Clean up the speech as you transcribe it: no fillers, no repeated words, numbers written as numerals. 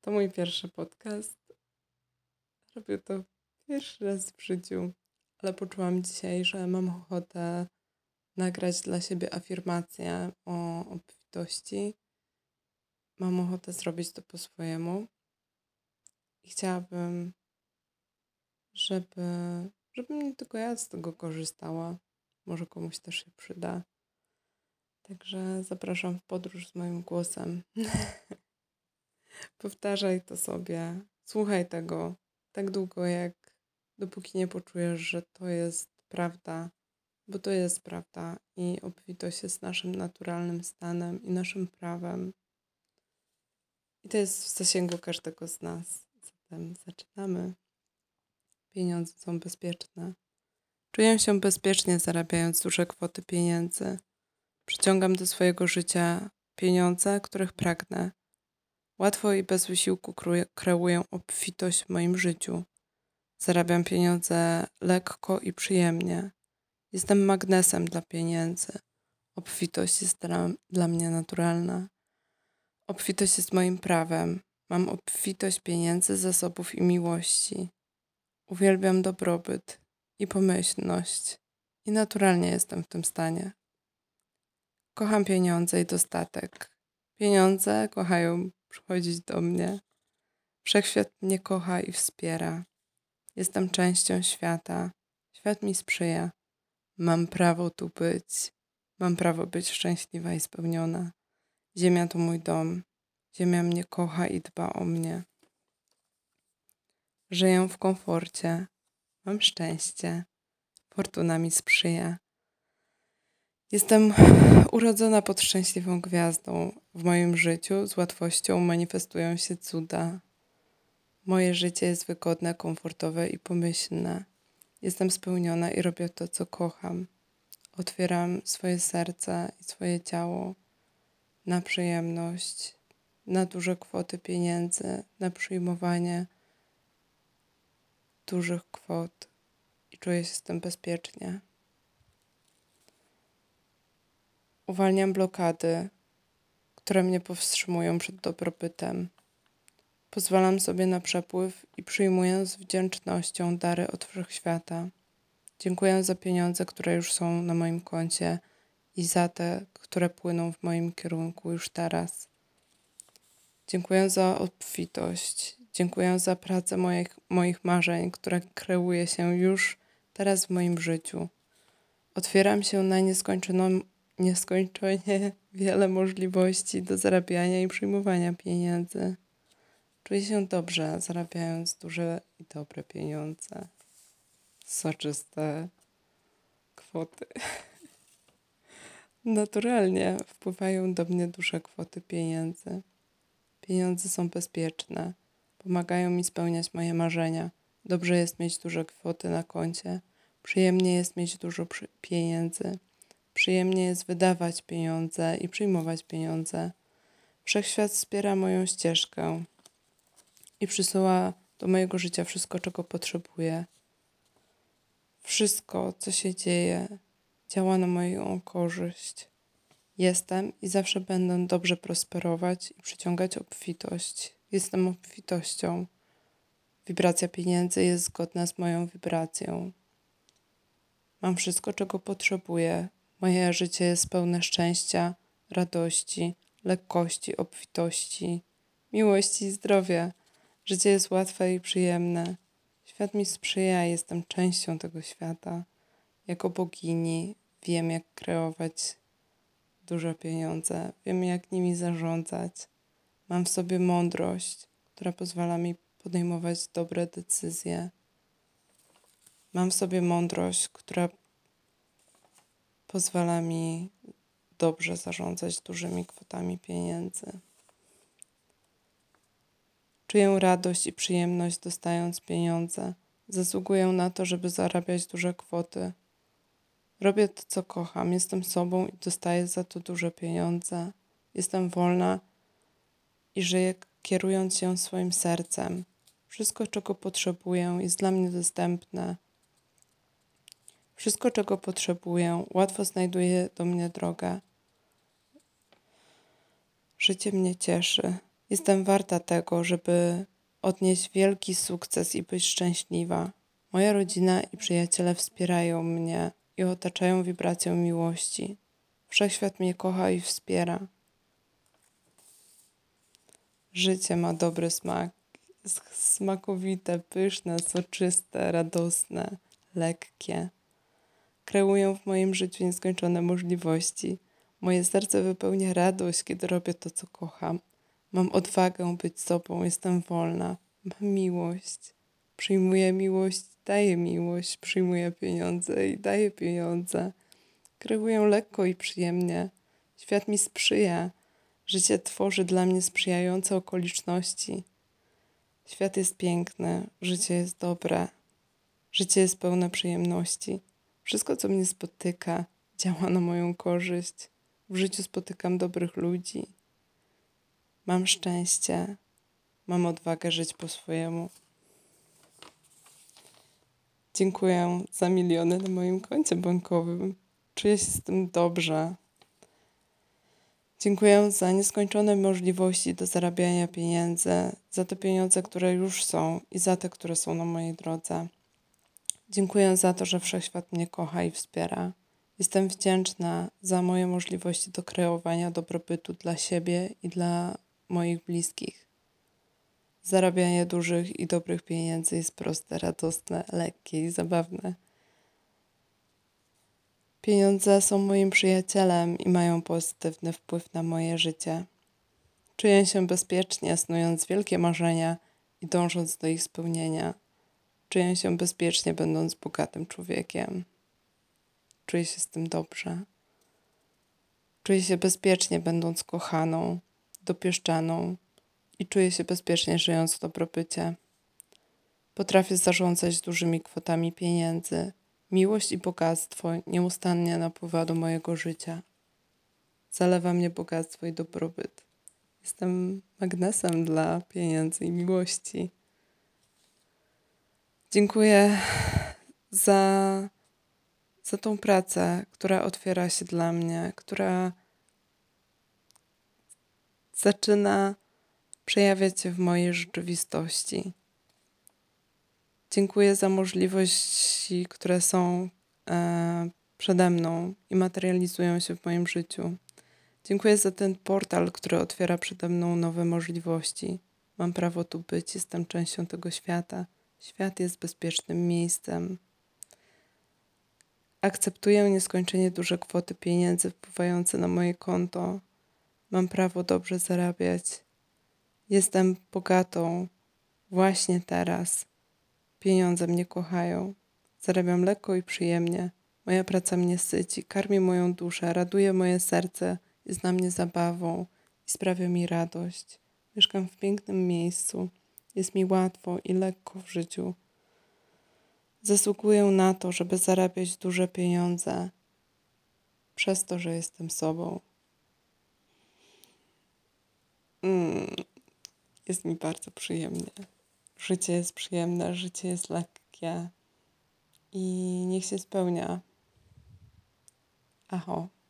To mój pierwszy podcast. Robię to pierwszy raz w życiu, ale poczułam dzisiaj, że mam ochotę nagrać dla siebie afirmację o obfitości. Mam ochotę zrobić to po swojemu i chciałabym, żeby, żeby nie tylko ja z tego korzystała. Może komuś też się przyda. Także zapraszam w podróż z moim głosem. Powtarzaj to sobie, słuchaj tego tak długo, dopóki nie poczujesz, że to jest prawda, bo to jest prawda i obfitość jest naszym naturalnym stanem i naszym prawem. I to jest w zasięgu każdego z nas. Zatem zaczynamy. Pieniądze są bezpieczne. Czuję się bezpiecznie zarabiając duże kwoty pieniędzy. Przyciągam do swojego życia pieniądze, których pragnę. Łatwo i bez wysiłku kreuję obfitość w moim życiu. Zarabiam pieniądze lekko i przyjemnie. Jestem magnesem dla pieniędzy. Obfitość jest dla mnie naturalna. Obfitość jest moim prawem. Mam obfitość pieniędzy, zasobów i miłości. Uwielbiam dobrobyt i pomyślność i naturalnie jestem w tym stanie. Kocham pieniądze i dostatek. Pieniądze kochają przychodzić do mnie. Wszechświat mnie kocha i wspiera. Jestem częścią świata. Świat mi sprzyja. Mam prawo tu być. Mam prawo być szczęśliwa i spełniona. Ziemia to mój dom. Ziemia mnie kocha i dba o mnie. Żyję w komforcie. Mam szczęście. Fortuna mi sprzyja. Jestem urodzona pod szczęśliwą gwiazdą. W moim życiu z łatwością manifestują się cuda. Moje życie jest wygodne, komfortowe i pomyślne. Jestem spełniona i robię to, co kocham. Otwieram swoje serce i swoje ciało na przyjemność, na duże kwoty pieniędzy, na przyjmowanie dużych kwot i czuję się z tym bezpiecznie. Uwalniam blokady, które mnie powstrzymują przed dobrobytem. Pozwalam sobie na przepływ i przyjmuję z wdzięcznością dary od wszechświata. Dziękuję za pieniądze, które już są na moim koncie i za te, które płyną w moim kierunku już teraz. Dziękuję za obfitość. Dziękuję za pracę moich marzeń, która kreuje się już teraz w moim życiu. Otwieram się na nieskończenie wiele możliwości do zarabiania i przyjmowania pieniędzy. Czuję się dobrze, zarabiając duże i dobre pieniądze. Soczyste kwoty. Naturalnie wpływają do mnie duże kwoty pieniędzy. Pieniądze są bezpieczne. Pomagają mi spełniać moje marzenia. Dobrze jest mieć duże kwoty na koncie. Przyjemnie jest mieć dużo pieniędzy. Przyjemnie jest wydawać pieniądze i przyjmować pieniądze. Wszechświat wspiera moją ścieżkę i przysyła do mojego życia wszystko, czego potrzebuję. Wszystko, co się dzieje, działa na moją korzyść. Jestem i zawsze będę dobrze prosperować i przyciągać obfitość. Jestem obfitością. Wibracja pieniędzy jest zgodna z moją wibracją. Mam wszystko, czego potrzebuję. Moje życie jest pełne szczęścia, radości, lekkości, obfitości, miłości i zdrowia. Życie jest łatwe i przyjemne. Świat mi sprzyja, jestem częścią tego świata. Jako bogini wiem, jak kreować duże pieniądze. Wiem, jak nimi zarządzać. Mam w sobie mądrość, która pozwala mi podejmować dobre decyzje. Mam w sobie mądrość, która pozwala mi dobrze zarządzać dużymi kwotami pieniędzy. Czuję radość i przyjemność dostając pieniądze. Zasługuję na to, żeby zarabiać duże kwoty. Robię to, co kocham. Jestem sobą i dostaję za to duże pieniądze. Jestem wolna i żyję kierując się swoim sercem. Wszystko, czego potrzebuję, jest dla mnie dostępne. Wszystko, czego potrzebuję, łatwo znajduje do mnie drogę. Życie mnie cieszy. Jestem warta tego, żeby odnieść wielki sukces i być szczęśliwa. Moja rodzina i przyjaciele wspierają mnie i otaczają wibracją miłości. Wszechświat mnie kocha i wspiera. Życie ma dobry smak. Jest smakowite, pyszne, soczyste, radosne, lekkie. Kreują w moim życiu nieskończone możliwości. Moje serce wypełnia radość, kiedy robię to, co kocham. Mam odwagę być sobą, jestem wolna. Mam miłość. Przyjmuję miłość, daję miłość. Przyjmuję pieniądze i daję pieniądze. Kreuję lekko i przyjemnie. Świat mi sprzyja. Życie tworzy dla mnie sprzyjające okoliczności. Świat jest piękny, życie jest dobre, życie jest pełne przyjemności. Wszystko, co mnie spotyka, działa na moją korzyść. W życiu spotykam dobrych ludzi. Mam szczęście, mam odwagę żyć po swojemu. Dziękuję za miliony na moim koncie bankowym. Czuję się z tym dobrze. Dziękuję za nieskończone możliwości do zarabiania pieniędzy, za te pieniądze, które już są i za te, które są na mojej drodze. Dziękuję za to, że Wszechświat mnie kocha i wspiera. Jestem wdzięczna za moje możliwości do kreowania dobrobytu dla siebie i dla moich bliskich. Zarabianie dużych i dobrych pieniędzy jest proste, radosne, lekkie i zabawne. Pieniądze są moim przyjacielem i mają pozytywny wpływ na moje życie. Czuję się bezpiecznie, snując wielkie marzenia i dążąc do ich spełnienia. Czuję się bezpiecznie, będąc bogatym człowiekiem. Czuję się z tym dobrze. Czuję się bezpiecznie, będąc kochaną, dopieszczaną i czuję się bezpiecznie, żyjąc w dobrobycie. Potrafię zarządzać dużymi kwotami pieniędzy. Miłość i bogactwo nieustannie napływa do mojego życia. Zalewa mnie bogactwo i dobrobyt. Jestem magnesem dla pieniędzy i miłości. Dziękuję za tą pracę, która otwiera się dla mnie, która zaczyna przejawiać się w mojej rzeczywistości. Dziękuję za możliwości, które są przede mną i materializują się w moim życiu. Dziękuję za ten portal, który otwiera przede mną nowe możliwości. Mam prawo tu być, jestem częścią tego świata. Świat jest bezpiecznym miejscem. Akceptuję nieskończenie duże kwoty pieniędzy wpływające na moje konto. Mam prawo dobrze zarabiać. Jestem bogatą właśnie teraz. Pieniądze mnie kochają. Zarabiam lekko i przyjemnie. Moja praca mnie syci, karmi moją duszę, raduje moje serce, jest dla mnie zabawą i sprawia mi radość. Mieszkam w pięknym miejscu. Jest mi łatwo i lekko w życiu. Zasługuję na to, żeby zarabiać duże pieniądze przez to, że jestem sobą. Jest mi bardzo przyjemnie. Życie jest przyjemne, życie jest lekkie i niech się spełnia. Aho.